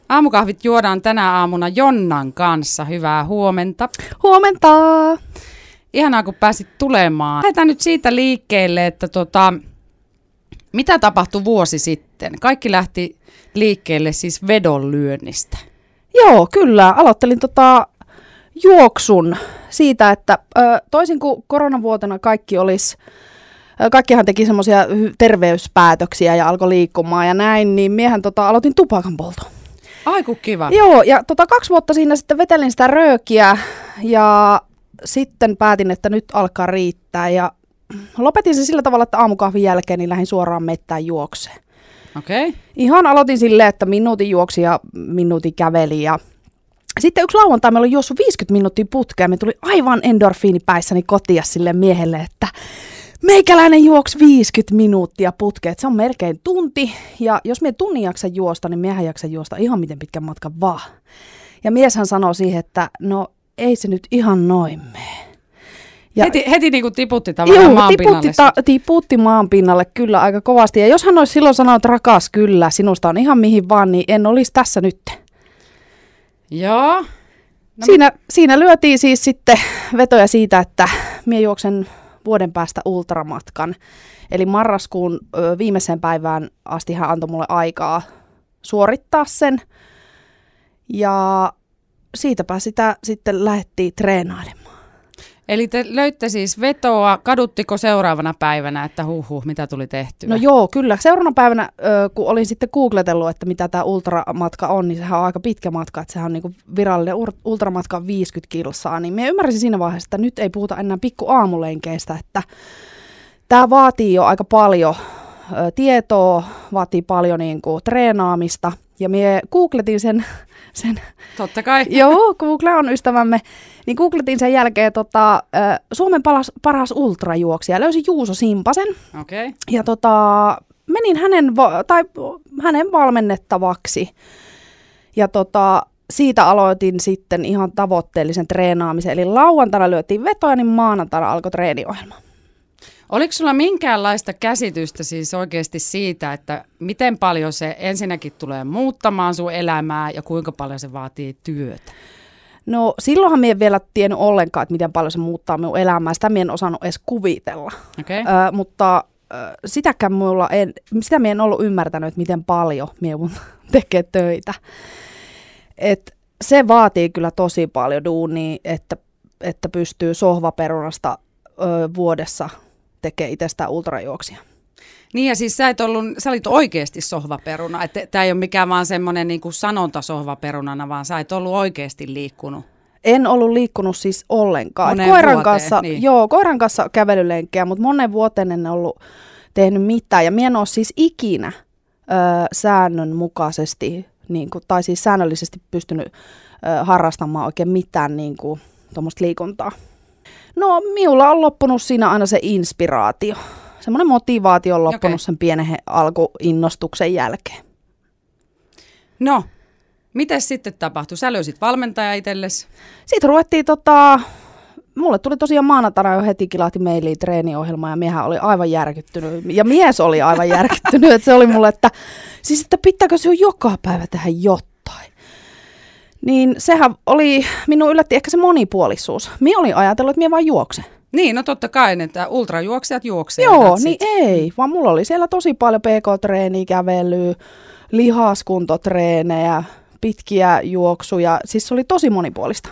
Aamukahvit juodaan tänä aamuna Jonnan kanssa. Hyvää huomenta. Huomenta! Ihanaa, kun pääsit tulemaan. Lähdetään nyt siitä liikkeelle, että mitä tapahtui vuosi sitten? Kaikki lähti liikkeelle siis vedonlyönnistä. Joo, kyllä. Aloittelin juoksun siitä, että toisin kuin koronavuotena kaikkihan teki semmoisia terveyspäätöksiä ja alkoi liikkumaan ja näin, niin miehän aloitin tupakan polton. Ai kun kiva. Joo, ja 2 vuotta siinä sitten vetelin sitä röökiä ja sitten päätin, että nyt alkaa riittää ja lopetin sen sillä tavalla, että aamukahvin jälkeen niin lähdin suoraan mettään juokseen. Okei. Ihan aloitin silleen, että minuutin juoksi ja minuutin käveli ja sitten yksi lauantai meillä oli juossut 50 minuuttia putkea. Me tuli aivan endorfiinipäissäni kotia sille miehelle, että meikäläinen juoksi 50 minuuttia putkea. Se on melkein tunti ja jos me tunnin jaksa juosta, niin miehän jaksa juosta ihan miten pitkän matkan vaan. Ja mieshän sanoi siihen, että no ei se nyt ihan noin mene. Ja heti niin kuin tiputti tavallaan maanpinnalle. Tiputti maanpinnalle kyllä aika kovasti. Ja jos hän olisi silloin sanonut, että rakas kyllä, sinusta on ihan mihin vaan, niin en olisi tässä nyt. Joo. No Siinä lyötiin siis sitten vetoja siitä, että minä juoksen vuoden päästä ultramatkan. Eli marraskuun viimeiseen päivään asti hän antoi mulle aikaa suorittaa sen. Ja siitäpä sitä sitten lähdettiin treenailemaan. Eli te löitte siis vetoa. Kaduttiko seuraavana päivänä, että mitä tuli tehtyä? No joo, kyllä. Seuraavana päivänä, kun olin sitten googletellut, että mitä tämä ultramatka on, niin sehän on aika pitkä matka, että sehän on niinku virallinen ultramatka 50 kilsaa. Niin minä ymmärsin siinä vaiheessa, että nyt ei puhuta enää pikku aamulenkeistä, että tämä vaatii jo aika paljon tietoa, vaatii paljon niinku treenaamista. Ja minä googletin sen. Totta kai. Joo, Google on ystävämme. Niin googletin sen jälkeen Suomen paras ultrajuoksija. Löysin Juuso Simpasen. Okay. Ja menin hänen valmennettavaksi. Ja siitä aloitin sitten ihan tavoitteellisen treenaamisen. Eli lauantaina lyötiin vetoja, niin maanantaina alkoi treeniohjelma. Oliko sulla minkäänlaista käsitystä siis oikeasti siitä, että miten paljon se ensinnäkin tulee muuttamaan sun elämää ja kuinka paljon se vaatii työtä? No silloinhan minä en vielä tiennyt ollenkaan, että miten paljon se muuttaa minun elämää. Sitä minä en osannut edes kuvitella. Okay. Mutta sitä minä en ollut ymmärtänyt, että miten paljon minä tekee töitä. Et se vaatii kyllä tosi paljon duunia, että pystyy sohvaperunasta vuodessa tekee itsestään ultrajuoksia. Niin ja siis sä olit oikeasti sohvaperuna, että tämä ei ole mikään vaan semmoinen niin kuin sanonta sohvaperunana, vaan sä et ollut oikeasti liikkunut. En ollut liikkunut siis ollenkaan. Koiran kanssa kävelylenkkejä, mutta monen vuoteen en ollut tehnyt mitään. Ja minä en ole siis ikinä säännönmukaisesti, tai siis säännöllisesti pystynyt harrastamaan oikein mitään tuommoista liikuntaa. No, minulla on loppunut siinä aina se inspiraatio. Semmoinen motivaatio on loppunut sen pienen alkuinnostuksen jälkeen. No, miten sitten tapahtui? Sä löysit valmentaja itsellesi? Sitten ruvettiin, mulle tuli tosiaan maanantaina jo heti kilahti mailiin treeniohjelma ja miehän oli aivan järkyttynyt. Ja mies oli aivan järkyttynyt, että se oli mulle, että pitääkö se joka päivä tehdä jotain. Niin sehän oli, minun yllätti ehkä se monipuolisuus. Minä olin ajatellut, että minä vaan juoksen. Niin, no totta kai, että ultrajuoksijat juoksee. Joo, niin ei, vaan mulla oli siellä tosi paljon pk-treeniä, kävelyä, lihaskuntotreenejä, pitkiä juoksuja. Siis se oli tosi monipuolista.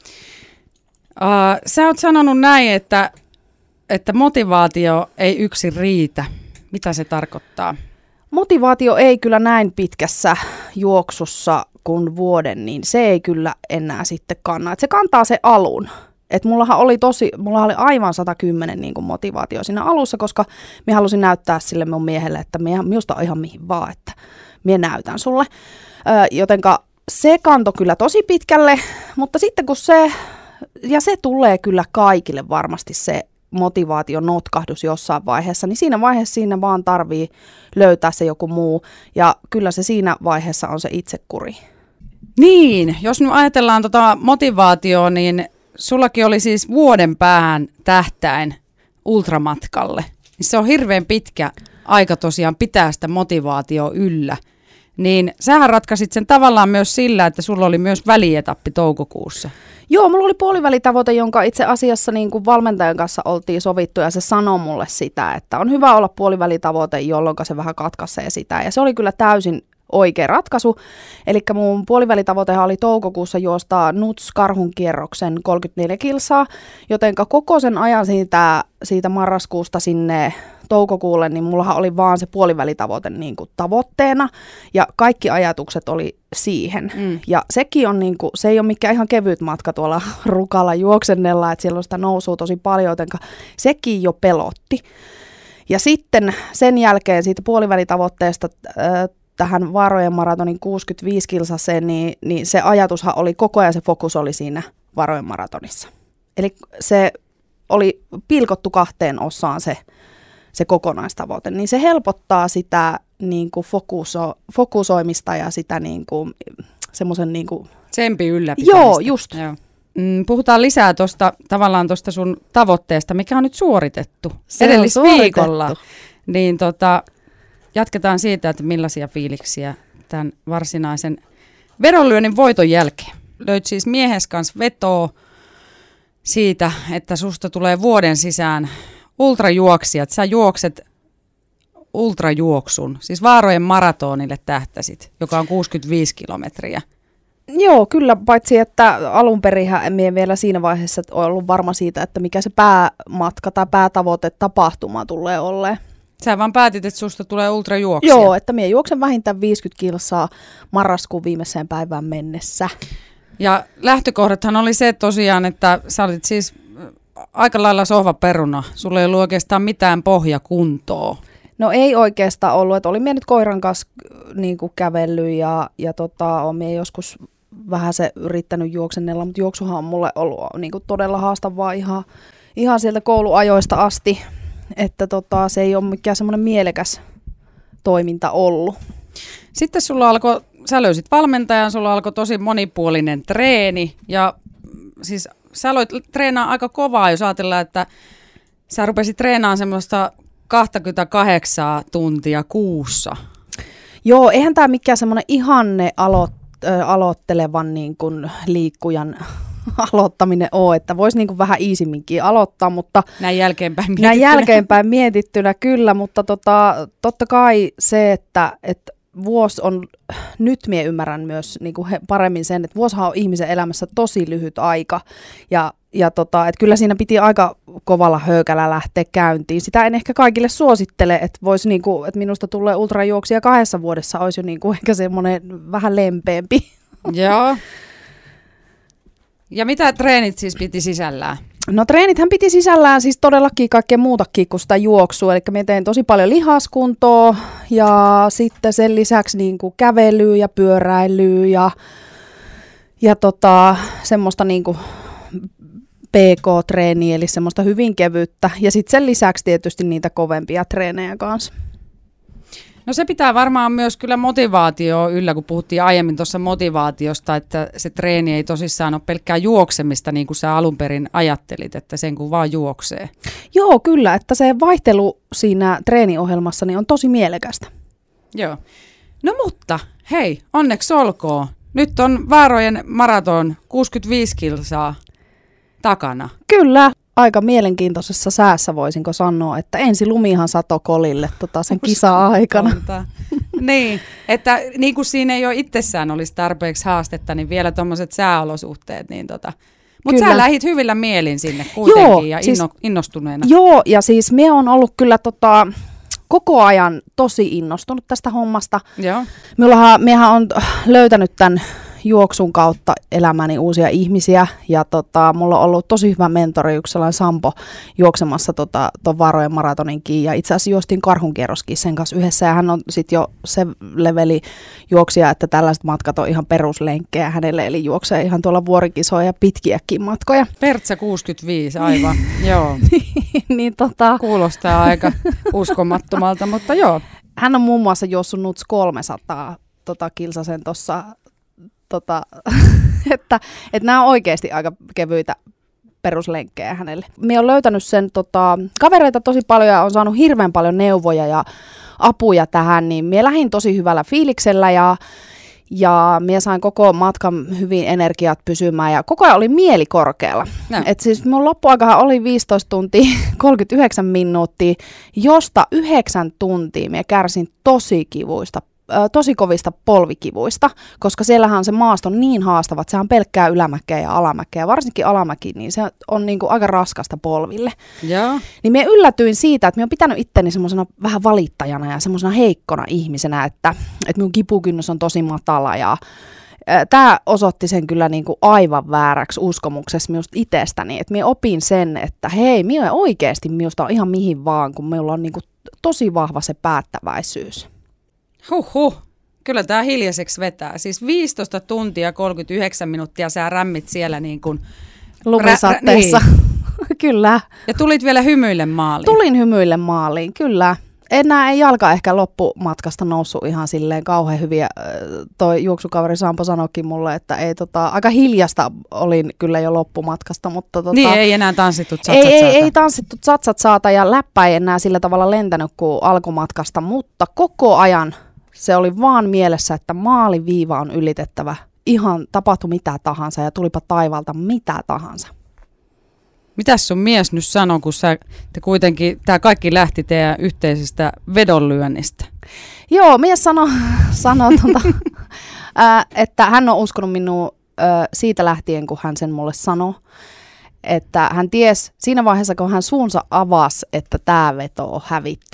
Sä oot sanonut näin, että motivaatio ei yksin riitä. Mitä se tarkoittaa? Motivaatio ei kyllä näin pitkässä juoksussa kuin vuoden, niin se ei kyllä enää sitten kanna. Et se kantaa se alun. Et mullahan oli aivan 110 motivaatio siinä alussa, koska minä halusin näyttää sille mun miehelle, että minusta on ihan mihin vaan, että minä näytän sulle. Jotenka se kantoi kyllä tosi pitkälle, mutta sitten kun se tulee kyllä kaikille varmasti se motivaation notkahdus jossain vaiheessa, niin siinä vaiheessa siinä vaan tarvii löytää se joku muu, ja kyllä se siinä vaiheessa on se itsekuri. Niin, jos nyt ajatellaan motivaatioa, niin sullakin oli siis vuoden päähän tähtäin ultramatkalle. Niin se on hirveän pitkä aika tosiaan pitää sitä motivaatiota yllä. niin sähän ratkaisit sen tavallaan myös sillä, että sulla oli myös välietappi toukokuussa. Joo, mulla oli puolivälitavoite, jonka itse asiassa niin kuin valmentajan kanssa oltiin sovittu, ja se sanoi mulle sitä, että on hyvä olla puolivälitavoite, jolloin se vähän katkaisee sitä. Ja se oli kyllä täysin oikea ratkaisu. Eli mun puolivälitavoitehan oli toukokuussa juosta Nuts-karhun kierroksen 34 kilsaa, jotenka koko sen ajan siitä marraskuusta sinne toukokuulle, niin mullahan oli vaan se puolivälitavoite niin kuin tavoitteena, ja kaikki ajatukset oli siihen. Ja sekin on niin kuin, se ei ole mikään ihan kevyt matka tuolla Rukalla juoksennella, että siellä on sitä nousua tosi paljon, jotenka sekin jo pelotti. Ja sitten sen jälkeen siitä puolivälitavoitteesta tähän Vaarojen maratonin 65 kilsaseen, niin se ajatushan oli koko ajan, se fokus oli siinä Vaarojen maratonissa. Eli se oli pilkottu 2 osaan se kokonaistavoite, niin se helpottaa sitä niin kuin fokusoimista ja sitä niin kuin, semmoisen niin kuin... Tsempin ylläpitämistä. Joo, just. Joo. Puhutaan lisää tavallaan tuosta sun tavoitteesta, mikä on nyt suoritettu edellisviikolla. Niin jatketaan siitä, että millaisia fiiliksiä tämän varsinaisen vedonlyönnin voiton jälkeen. Löyt siis miehes kanssa vetoa siitä, että susta tulee vuoden sisään ultrajuoksijat. Sä juokset ultrajuoksun, siis Vaarojen maratonille tähtäsit, joka on 65 kilometriä. Joo, kyllä, paitsi että alun perinhän en vielä siinä vaiheessa ollut varma siitä, että mikä se päämatka tai päätavoite tapahtuma tulee olleen. Sä vaan päätit, että susta tulee ultrajuoksija. Joo, että minä juoksen vähintään 50 kilsaa marraskuun viimeiseen päivään mennessä. Ja lähtökohdathan oli se tosiaan, että sä olit siis aika lailla sohvaperuna. Sulla ei ollut oikeastaan mitään pohjakuntoa. No ei oikeastaan ollut, että olin minä nyt koiran kanssa niin kuin kävellyt ja olen minä joskus vähän se yrittänyt juoksennella, mutta juoksuhan on mulle ollut niin kuin todella haastavaa ihan sieltä kouluajoista asti, että se ei ole mikään semmoinen mielekäs toiminta ollut. Sitten sä löysit valmentajan, sulla alkoi tosi monipuolinen treeni ja siis sä aloit treenaa aika kovaa, jos ajatellaan, että sä rupesit treenaamaan semmoista 28 tuntia kuussa. Joo, eihän tämä mikään semmoinen ihanne aloittelevan niin kuin liikkujan aloittaminen ole, että voisi niin kuin vähän iisimminkin aloittaa, mutta näin jälkeenpäin mietittynä kyllä, mutta totta kai se, että vuosi on, nyt minä ymmärrän myös niin kuin paremmin sen, että vuosihan on ihmisen elämässä tosi lyhyt aika, ja että kyllä siinä piti aika kovalla höykällä lähteä käyntiin. Sitä en ehkä kaikille suosittele, että voisi niin kuin, että minusta tulee ultrajuoksija 2 vuodessa, olisi jo niin kuin ehkä semmoinen vähän lempeämpi. Joo. Ja mitä treenit siis piti sisällään? No treenithän piti sisällään siis todellakin kaikkea muutakin kuin sitä juoksua, eli minä tein tosi paljon lihaskuntoa ja sitten sen lisäksi niin kuin kävelyä ja pyöräilyä ja semmoista niin kuin PK-treeniä, eli semmoista hyvin kevyttä ja sitten sen lisäksi tietysti niitä kovempia treenejä kanssa. No se pitää varmaan myös kyllä motivaatio yllä, kun puhuttiin aiemmin tuossa motivaatiosta, että se treeni ei tosissaan ole pelkkää juoksemista, niin kuin sä alun perin ajattelit, että sen kun vaan juoksee. Joo, kyllä, että se vaihtelu siinä treeniohjelmassa niin on tosi mielekästä. Joo. No mutta, hei, onneksi olkoon. Nyt on Vaarojen maraton 65 kilsaa takana. Kyllä. Aika mielenkiintoisessa säässä voisinko sanoa, että ensi lumihan sato kolille sen kisa-aikana. Niin, että niin kuin siinä ei ole itsessään olisi tarpeeksi haastetta, niin vielä tuommoiset sääolosuhteet. Niin Mutta sä lähit hyvillä mielin sinne kuitenkin ja siis, innostuneena. Joo, ja siis minä olen ollut kyllä koko ajan tosi innostunut tästä hommasta. Joo. Miehän on löytänyt tämän juoksun kautta elämäni uusia ihmisiä ja mulla on ollut tosi hyvä mentori, yksi sellainen Sampo juoksemassa ton Vaarojen maratoninkin ja itse asiassa juostiin karhunkierroskin sen kanssa yhdessä ja hän on sitten jo se leveli juoksija, että tällaiset matkat on ihan peruslenkkejä hänelle, eli juoksee ihan tuolla vuorikisoja ja pitkiäkin matkoja. Pertsä 65, aivan, joo. niin, kuulostaa aika uskomattomalta, mutta joo. Hän on muun muassa juossut Nuts 300 kilsasen tuossa että nämä on oikeasti aika kevyitä peruslenkkejä hänelle. Minä olen löytänyt sen kavereita tosi paljon ja on saanut hirveän paljon neuvoja ja apuja tähän, niin minä lähdin tosi hyvällä fiiliksellä ja minä sain koko matkan hyvin energiat pysymään ja koko ajan oli mieli korkealla. No. Et siis mun loppuaikahan oli 15 tuntia 39 minuuttia, josta 9 tuntia minä kärsin tosi kovista polvikivuista, koska siellähän on se maasto niin haastava, että sehän on pelkkää ylämäkeä ja alamäkeä. Varsinkin alamäki, niin se on niinku aika raskasta polville. Joo. Niin minä yllätyin siitä, että minä olen pitänyt itteni semmoisena vähän valittajana ja semmoisena heikkona ihmisenä, että minun kipukynnys on tosi matala ja tämä osoitti sen kyllä niinku aivan vääräksi uskomuksessa minusta itsestäni, että minä opin sen, että hei, minä oikeasti minusta on ihan mihin vaan, kun minulla on niinku tosi vahva se päättäväisyys. Kyllä tämä hiljaiseksi vetää. Siis 15 tuntia 39 minuuttia sä rämmit siellä niin kuin lumisateessa. Niin. Kyllä. Ja tulit vielä hymyille maaliin. Tulin hymyille maaliin, kyllä. Enää ei jalka ehkä loppumatkasta noussut ihan silleen kauhean hyviä. Toi juoksukaveri Sampo sanoikin mulle, että ei, aika hiljasta olin kyllä jo loppumatkasta. Mutta niin, ei enää tanssittu tsatsat saata. Ei tanssittu tsatsat saata ja läppä ei enää sillä tavalla lentänyt kuin alkumatkasta, mutta koko ajan se oli vaan mielessä, että maaliviiva on ylitettävä. Ihan tapahtui mitä tahansa ja tulipa taivalta mitä tahansa. Mitäs sun mies nyt sanoi, kun te kuitenkin, tämä kaikki lähti teidän yhteisestä vedonlyönnistä? Joo, mies sanoi että hän on uskonut minua siitä lähtien, kun hän sen mulle sanoi. Että hän tiesi siinä vaiheessa, kun hän suunsa avasi, että tämä veto on hävitty.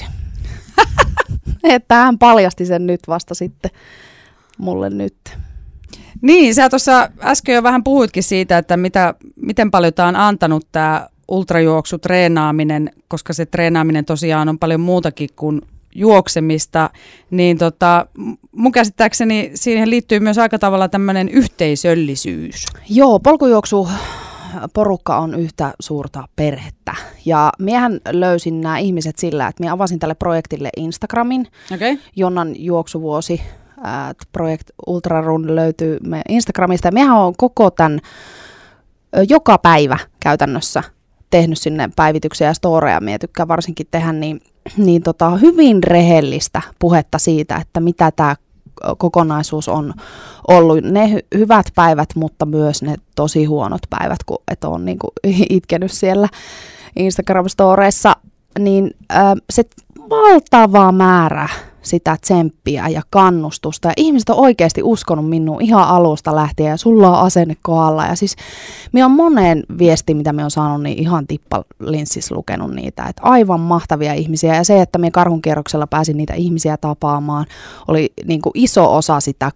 Että hän paljasti sen nyt vasta sitten mulle nyt. Niin, sä tuossa äsken jo vähän puhuitkin siitä, että miten paljon tämä on antanut tämä ultrajuoksutreenaaminen, koska se treenaaminen tosiaan on paljon muutakin kuin juoksemista, niin mun käsittääkseni siihen liittyy myös aika tavalla tämmöinen yhteisöllisyys. Joo, polkujuoksu porukka on yhtä suurta perhettä. Ja miehän löysin nämä ihmiset sillä, että minä avasin tälle projektille Instagramin. Okay. Jonnan juoksuvuosi. Projekt Ultrarun löytyy Instagramista. Miehän on koko tämän joka päivä käytännössä tehnyt sinne päivityksiä ja storeja. Minä tykkään varsinkin tehdä niin hyvin rehellistä puhetta siitä, että mitä tämä kokonaisuus on ollut. Ne hyvät päivät, mutta myös ne tosi huonot päivät, kun et on niinku itkenyt siellä Instagram-storeissa, niin se valtava määrä sitä tsemppiä ja kannustusta. Ja ihmiset on oikeasti uskonut minuun ihan alusta lähtien ja sulla on asenne kohdalla. Ja siis minä olen moneen viestiin, mitä minä olen saanut, niin ihan tippalinssissä lukenut niitä. Että aivan mahtavia ihmisiä. Ja se, että minä karhunkierroksella pääsin niitä ihmisiä tapaamaan, oli niin kuin iso osa sitä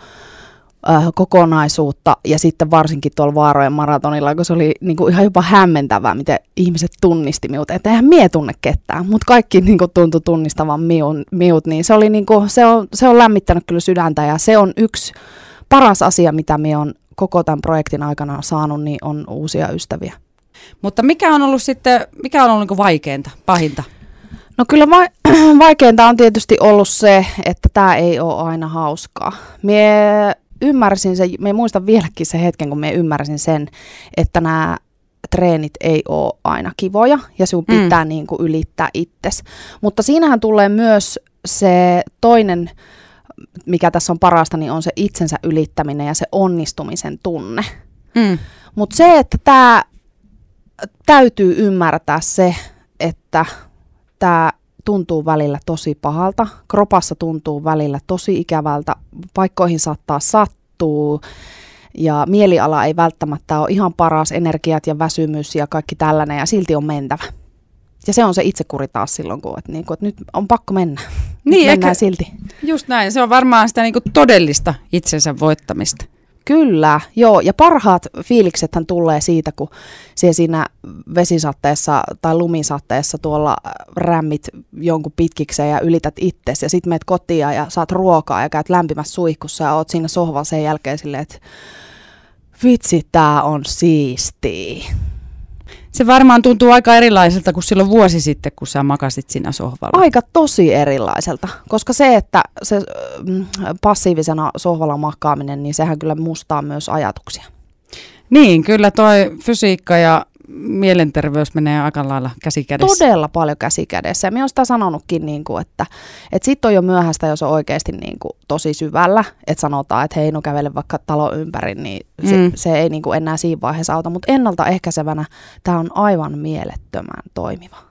kokonaisuutta. Ja sitten varsinkin tuolla Vaarojen maratonilla, kun se oli niin kuin ihan jopa hämmentävää, miten ihmiset tunnisti minut. Että eihän mie tunne ketään, mutta kaikki niin kuin tuntui tunnistavan minut. Niin se, oli niin kuin, se on lämmittänyt kyllä sydäntä ja se on yksi paras asia, mitä minä olen koko tämän projektin aikana saanut, niin on uusia ystäviä. Mutta mikä on ollut niin kuin vaikeinta, pahinta? No kyllä vaikeinta on tietysti ollut se, että tämä ei ole aina hauskaa. Ymmärsin sen, me muistan vieläkin se hetken, kun me ymmärsin sen, että nämä treenit ei ole aina kivoja ja sinun pitää niin kuin ylittää itsesi. Mutta siinähän tulee myös se toinen, mikä tässä on parasta, niin on se itsensä ylittäminen ja se onnistumisen tunne. Mutta se, että tämä täytyy ymmärtää se, että tämä tuntuu välillä tosi pahalta, kropassa tuntuu välillä tosi ikävältä, paikkoihin saattaa sattua ja mieliala ei välttämättä ole ihan paras, energiat ja väsymys ja kaikki tällainen ja silti on mentävä. Ja se on se itsekuri taas silloin, että nyt on pakko mennä. Niin, mennään silti. Just näin, se on varmaan sitä niin kuin todellista itsensä voittamista. Kyllä, joo. Ja parhaat fiiliksethän tulee siitä, kun siinä vesisateessa tai lumisateessa tuolla rämmit jonkun pitkikseen ja ylität itsesi. Ja sitten meet kotiin ja saat ruokaa ja käyt lämpimässä suihkussa ja oot siinä sohvalla sen jälkeen silleen, että vitsi, tää on siistiä. Se varmaan tuntuu aika erilaiselta kuin silloin vuosi sitten, kun sä makasit siinä sohvalla. Aika tosi erilaiselta, koska se, että se passiivisena sohvalla makaaminen, niin sehän kyllä mustaa myös ajatuksia. Niin, kyllä toi fysiikka ja mielenterveys menee aika lailla käsikädessä. Todella paljon käsikädessä. Ja minä olen sitä sanonutkin, niin kuin, että sitten on jo myöhäistä, jos on oikeasti niin kuin, tosi syvällä. Että sanotaan, että hei, no kävele vaikka talon ympäri, niin se ei niin kuin, enää siinä vaiheessa auta. Mutta ennaltaehkäisevänä tämä on aivan mielettömän toimiva.